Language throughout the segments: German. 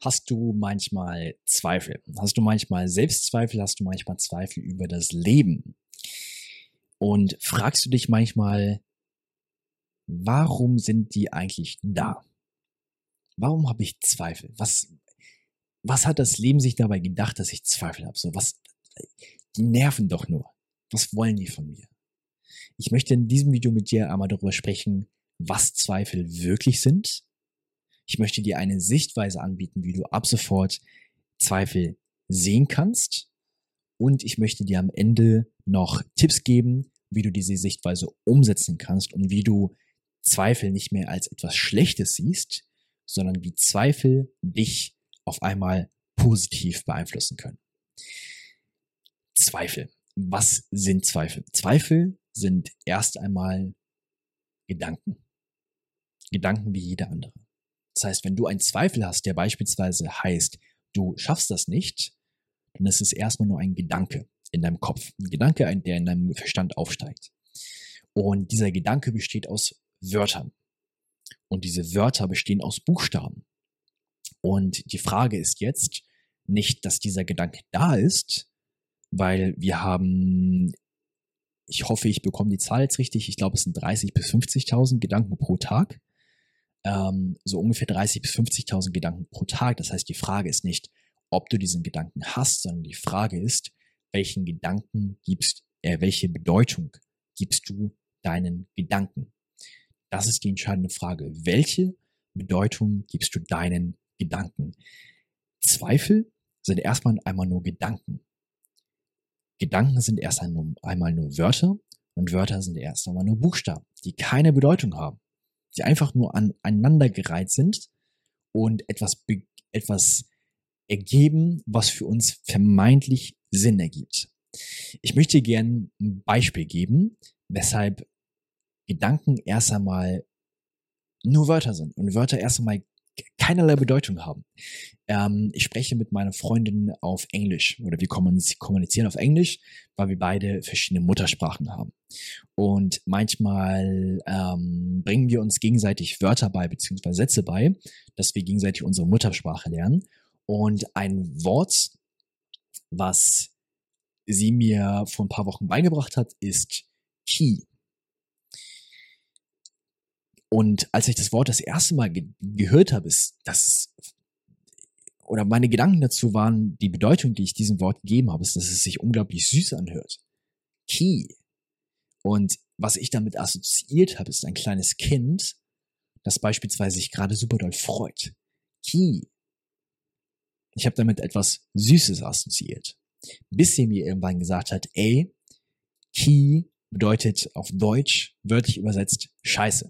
Hast du manchmal Zweifel? Hast du manchmal Selbstzweifel? Hast du manchmal Zweifel über das Leben? Und fragst du dich manchmal, warum sind die eigentlich da? Warum habe ich Zweifel? Was hat das Leben sich dabei gedacht, dass ich Zweifel habe? Die nerven doch nur. Was wollen die von mir? Ich möchte in diesem Video mit dir einmal darüber sprechen, was Zweifel wirklich sind. Ich möchte dir eine Sichtweise anbieten, wie du ab sofort Zweifel sehen kannst. Und ich möchte dir am Ende noch Tipps geben, wie du diese Sichtweise umsetzen kannst und wie du Zweifel nicht mehr als etwas Schlechtes siehst, sondern wie Zweifel dich auf einmal positiv beeinflussen können. Zweifel. Was sind Zweifel? Zweifel sind erst einmal Gedanken. Gedanken wie jeder andere. Das heißt, wenn du einen Zweifel hast, der beispielsweise heißt, du schaffst das nicht, dann ist es erstmal nur ein Gedanke in deinem Kopf. Ein Gedanke, der in deinem Verstand aufsteigt. Und dieser Gedanke besteht aus Wörtern. Und diese Wörter bestehen aus Buchstaben. Und die Frage ist jetzt nicht, dass dieser Gedanke da ist, weil wir haben, ich hoffe, ich bekomme die Zahl jetzt richtig, ich glaube, es sind 30.000 bis 50.000 Gedanken pro Tag. So ungefähr 30.000 bis 50.000 Gedanken pro Tag. Das heißt, die Frage ist nicht, ob du diesen Gedanken hast, sondern die Frage ist, welche Bedeutung gibst du deinen Gedanken? Das ist die entscheidende Frage. Welche Bedeutung gibst du deinen Gedanken? Zweifel sind erstmal einmal nur Gedanken. Gedanken sind erst einmal nur Wörter und Wörter sind erst einmal nur Buchstaben, die keine Bedeutung haben, die einfach nur aneinandergereiht sind und etwas ergeben, was für uns vermeintlich Sinn ergibt. Ich möchte gerne ein Beispiel geben, weshalb Gedanken erst einmal nur Wörter sind und Wörter erst einmal keinerlei Bedeutung haben. Ich spreche mit meiner Freundin auf Englisch oder wir kommunizieren auf Englisch, weil wir beide verschiedene Muttersprachen haben. Und manchmal bringen wir uns gegenseitig Wörter bei bzw. Sätze bei, dass wir gegenseitig unsere Muttersprache lernen. Und ein Wort, was sie mir vor ein paar Wochen beigebracht hat, ist Key. Und als ich das Wort das erste Mal gehört habe, oder meine Gedanken dazu waren, die Bedeutung, die ich diesem Wort gegeben habe, ist, dass es sich unglaublich süß anhört. Key. Und was ich damit assoziiert habe, ist ein kleines Kind, das beispielsweise sich gerade super doll freut. Key. Ich habe damit etwas Süßes assoziiert. Bis sie mir irgendwann gesagt hat, ey, Key bedeutet auf Deutsch, wörtlich übersetzt, Scheiße.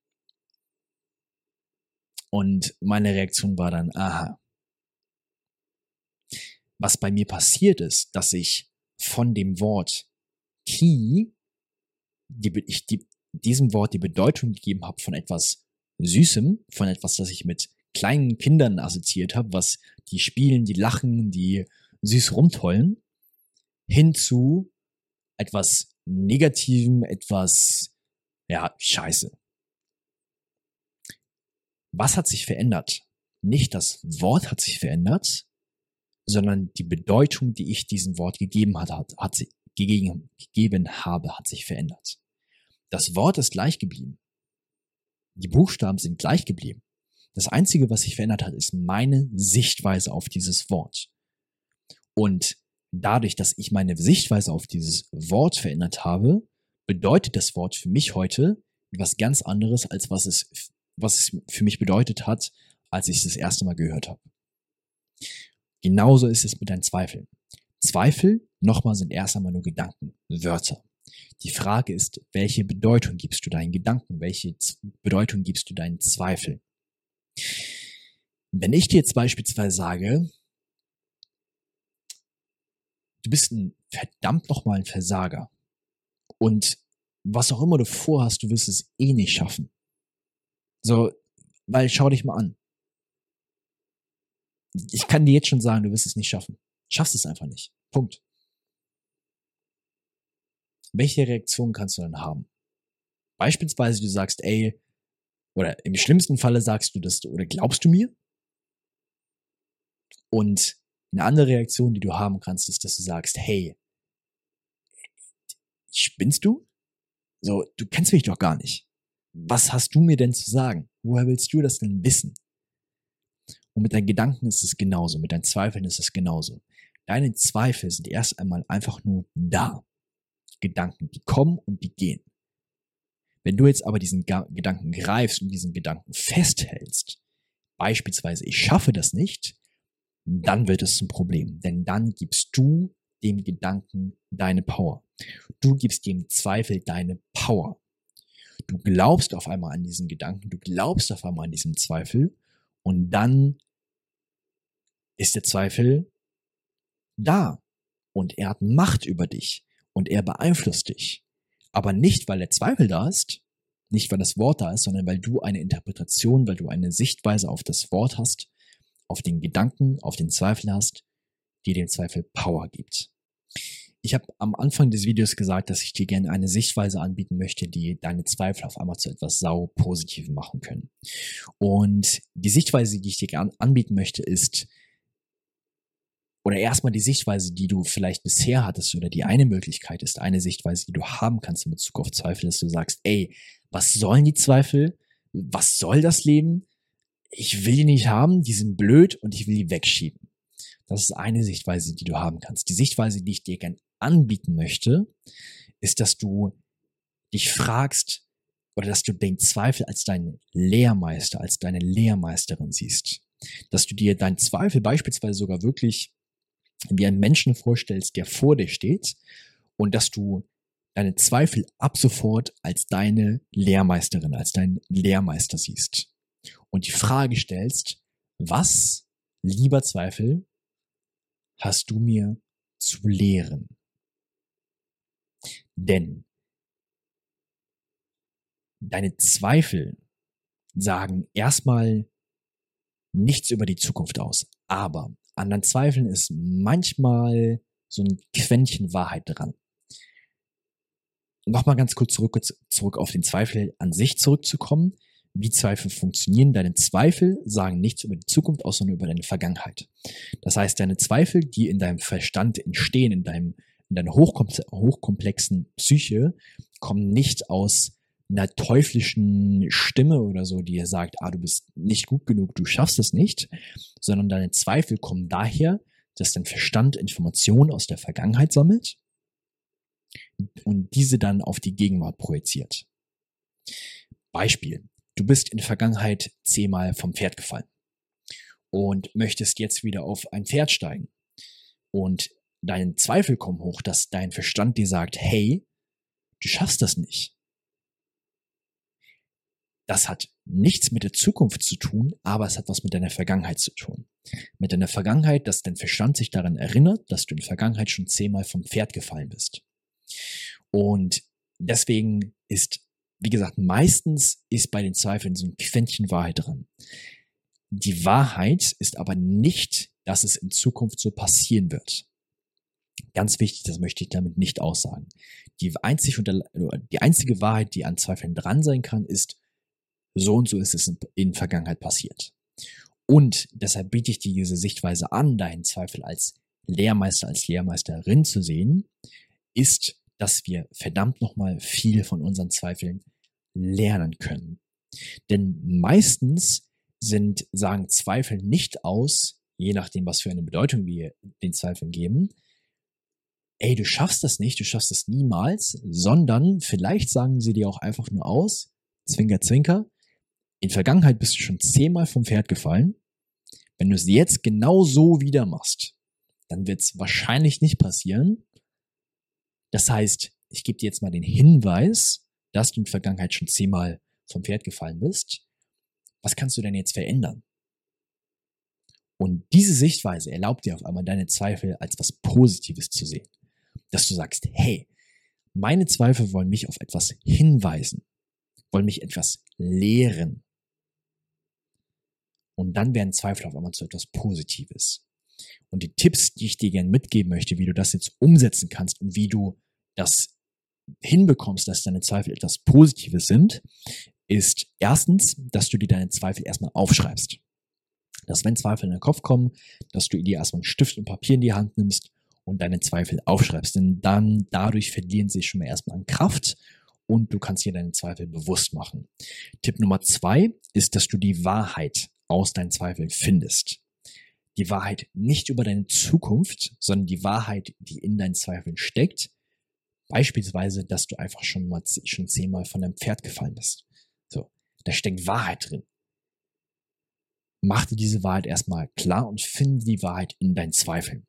Und meine Reaktion war dann, aha. Was bei mir passiert ist, dass ich von dem Wort Key, diesem Wort die Bedeutung gegeben habe von etwas Süßem, von etwas, das ich mit kleinen Kindern assoziiert habe, was die spielen, die lachen, die süß rumtollen, hin zu etwas Negativem, etwas, Scheiße. Was hat sich verändert? Nicht das Wort hat sich verändert, sondern die Bedeutung, die ich diesem Wort gegeben habe, hat sich verändert. Das Wort ist gleich geblieben. Die Buchstaben sind gleich geblieben. Das Einzige, was sich verändert hat, ist meine Sichtweise auf dieses Wort. Und dadurch, dass ich meine Sichtweise auf dieses Wort verändert habe, bedeutet das Wort für mich heute etwas ganz anderes, als was es für mich bedeutet hat, als ich es das erste Mal gehört habe. Genauso ist es mit deinen Zweifeln. Zweifel, nochmal, sind erst einmal nur Gedanken, Wörter. Die Frage ist, welche Bedeutung gibst du deinen Gedanken? Welche Bedeutung gibst du deinen Zweifeln? Wenn ich dir jetzt beispielsweise sage, du bist verdammt nochmal ein Versager und was auch immer du vorhast, du wirst es eh nicht schaffen. So, weil schau dich mal an. Ich kann dir jetzt schon sagen, du wirst es nicht schaffen. Schaffst es einfach nicht. Punkt. Welche Reaktion kannst du dann haben? Beispielsweise, du sagst, ey, oder im schlimmsten Falle sagst du das, oder glaubst du mir? Und eine andere Reaktion, die du haben kannst, ist, dass du sagst, hey, spinnst du? So, du kennst mich doch gar nicht. Was hast du mir denn zu sagen? Woher willst du das denn wissen? Und mit deinen Gedanken ist es genauso, mit deinen Zweifeln ist es genauso. Deine Zweifel sind erst einmal einfach nur da. Gedanken, die kommen und die gehen. Wenn du jetzt aber diesen Gedanken greifst und diesen Gedanken festhältst, beispielsweise ich schaffe das nicht, dann wird es zum Problem. Denn dann gibst du dem Gedanken deine Power. Du gibst dem Zweifel deine Power. Du glaubst auf einmal an diesen Gedanken, du glaubst auf einmal an diesen Zweifel und dann ist der Zweifel da und er hat Macht über dich und er beeinflusst dich. Aber nicht, weil der Zweifel da ist, nicht, weil das Wort da ist, sondern weil du eine Interpretation, weil du eine Sichtweise auf das Wort hast, auf den Gedanken, auf den Zweifel hast, die dem Zweifel Power gibt. Ich habe am Anfang des Videos gesagt, dass ich dir gerne eine Sichtweise anbieten möchte, die deine Zweifel auf einmal zu etwas Positivem machen können. Und die Sichtweise, die ich dir gerne anbieten möchte, ist, oder erstmal die Sichtweise, die du vielleicht bisher hattest, oder die eine Möglichkeit ist, eine Sichtweise, die du haben kannst in Bezug auf Zweifel, dass du sagst, ey, was sollen die Zweifel? Was soll das Leben? Ich will die nicht haben, die sind blöd und ich will die wegschieben. Das ist eine Sichtweise, die du haben kannst. Die Sichtweise, die ich dir gerne anbieten möchte, ist, dass du dich fragst oder dass du den Zweifel als deinen Lehrmeister, als deine Lehrmeisterin siehst. Dass du dir deinen Zweifel beispielsweise sogar wirklich wie einen Menschen vorstellst, der vor dir steht und dass du deine Zweifel ab sofort als deine Lehrmeisterin, als deinen Lehrmeister siehst. Und die Frage stellst, was, lieber Zweifel, hast du mir zu lehren? Denn deine Zweifel sagen erstmal nichts über die Zukunft aus. Aber an deinen Zweifeln ist manchmal so ein Quäntchen Wahrheit dran. Nochmal ganz kurz zurück auf den Zweifel an sich zurückzukommen. Wie Zweifel funktionieren. Deine Zweifel sagen nichts über die Zukunft aus, sondern über deine Vergangenheit. Das heißt, deine Zweifel, die in deinem Verstand entstehen, in deiner hochkomplexen Psyche, kommen nicht aus einer teuflischen Stimme oder so, die dir sagt, du bist nicht gut genug, du schaffst es nicht, sondern deine Zweifel kommen daher, dass dein Verstand Informationen aus der Vergangenheit sammelt und diese dann auf die Gegenwart projiziert. Beispiel. Du bist in der Vergangenheit 10-mal vom Pferd gefallen und möchtest jetzt wieder auf ein Pferd steigen. Und deine Zweifel kommen hoch, dass dein Verstand dir sagt, hey, du schaffst das nicht. Das hat nichts mit der Zukunft zu tun, aber es hat was mit deiner Vergangenheit zu tun. Mit deiner Vergangenheit, dass dein Verstand sich daran erinnert, dass du in der Vergangenheit schon 10-mal vom Pferd gefallen bist. Und deswegen ist, wie gesagt, meistens ist bei den Zweifeln so ein Quäntchen Wahrheit dran. Die Wahrheit ist aber nicht, dass es in Zukunft so passieren wird. Ganz wichtig, das möchte ich damit nicht aussagen. Die einzige Wahrheit, die an Zweifeln dran sein kann, ist, so und so ist es in Vergangenheit passiert. Und deshalb biete ich dir diese Sichtweise an, deinen Zweifel als Lehrmeister, als Lehrmeisterin zu sehen, ist, dass wir verdammt nochmal viel von unseren Zweifeln lernen können. Denn meistens sagen Zweifel nicht aus, je nachdem, was für eine Bedeutung wir den Zweifeln geben, ey, du schaffst das nicht, du schaffst es niemals, sondern vielleicht sagen sie dir auch einfach nur aus, Zwinker, Zwinker, in Vergangenheit bist du schon 10-mal vom Pferd gefallen. Wenn du es jetzt genau so wieder machst, dann wird es wahrscheinlich nicht passieren. Das heißt, ich gebe dir jetzt mal den Hinweis, dass du in der Vergangenheit schon 10-mal vom Pferd gefallen bist. Was kannst du denn jetzt verändern? Und diese Sichtweise erlaubt dir auf einmal, deine Zweifel als was Positives zu sehen. Dass du sagst, hey, meine Zweifel wollen mich auf etwas hinweisen, wollen mich etwas lehren. Und dann werden Zweifel auf einmal zu etwas Positives. Und die Tipps, die ich dir gerne mitgeben möchte, wie du das jetzt umsetzen kannst und wie du das hinbekommst, dass deine Zweifel etwas Positives sind, ist erstens, dass du dir deine Zweifel erstmal aufschreibst. Dass wenn Zweifel in den Kopf kommen, dass du dir erstmal einen Stift und Papier in die Hand nimmst und deine Zweifel aufschreibst. Denn dann dadurch verlieren sie schon mal erstmal an Kraft und du kannst dir deine Zweifel bewusst machen. Tipp Nummer 2 ist, dass du die Wahrheit aus deinen Zweifeln findest. Die Wahrheit nicht über deine Zukunft, sondern die Wahrheit, die in deinen Zweifeln steckt. Beispielsweise, dass du einfach schon 10-mal von deinem Pferd gefallen bist. So, da steckt Wahrheit drin. Mach dir diese Wahrheit erstmal klar und finde die Wahrheit in deinen Zweifeln.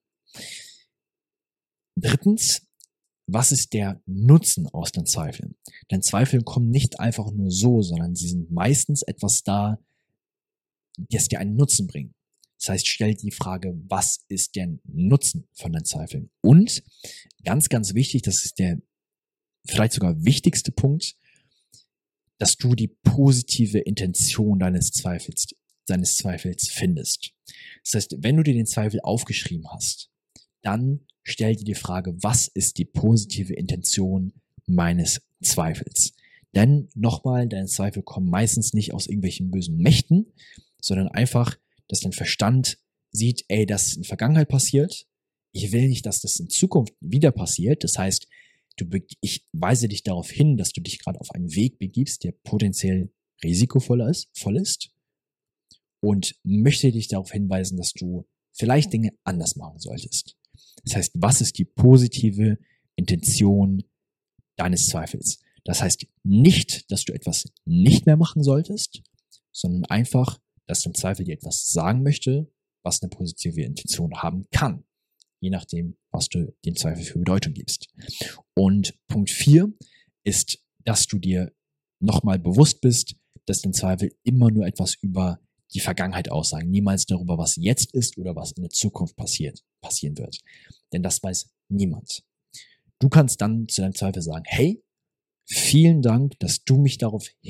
Drittens, was ist der Nutzen aus deinen Zweifeln? Deine Zweifel kommen nicht einfach nur so, sondern sie sind meistens etwas da, das dir einen Nutzen bringt. Das heißt, stell die Frage, was ist der Nutzen von deinen Zweifeln? Und ganz, ganz wichtig, das ist der vielleicht sogar wichtigste Punkt, dass du die positive Intention deines Zweifels findest. Das heißt, wenn du dir den Zweifel aufgeschrieben hast, dann stell dir die Frage, was ist die positive Intention meines Zweifels? Denn nochmal, deine Zweifel kommen meistens nicht aus irgendwelchen bösen Mächten, sondern einfach, dass dein Verstand sieht, ey, das ist in der Vergangenheit passiert. Ich will nicht, dass das in Zukunft wieder passiert. Das heißt, ich weise dich darauf hin, dass du dich gerade auf einen Weg begibst, der potenziell risikovoll ist und möchte dich darauf hinweisen, dass du vielleicht Dinge anders machen solltest. Das heißt, was ist die positive Intention deines Zweifels? Das heißt nicht, dass du etwas nicht mehr machen solltest, sondern einfach, dass dein Zweifel dir etwas sagen möchte, was eine positive Intention haben kann. Je nachdem, was du dem Zweifel für Bedeutung gibst. Und Punkt 4 ist, dass du dir nochmal bewusst bist, dass dein Zweifel immer nur etwas über die Vergangenheit aussagen, niemals darüber, was jetzt ist oder was in der Zukunft passieren wird. Denn das weiß niemand. Du kannst dann zu deinem Zweifel sagen, hey, vielen Dank, dass du mich darauf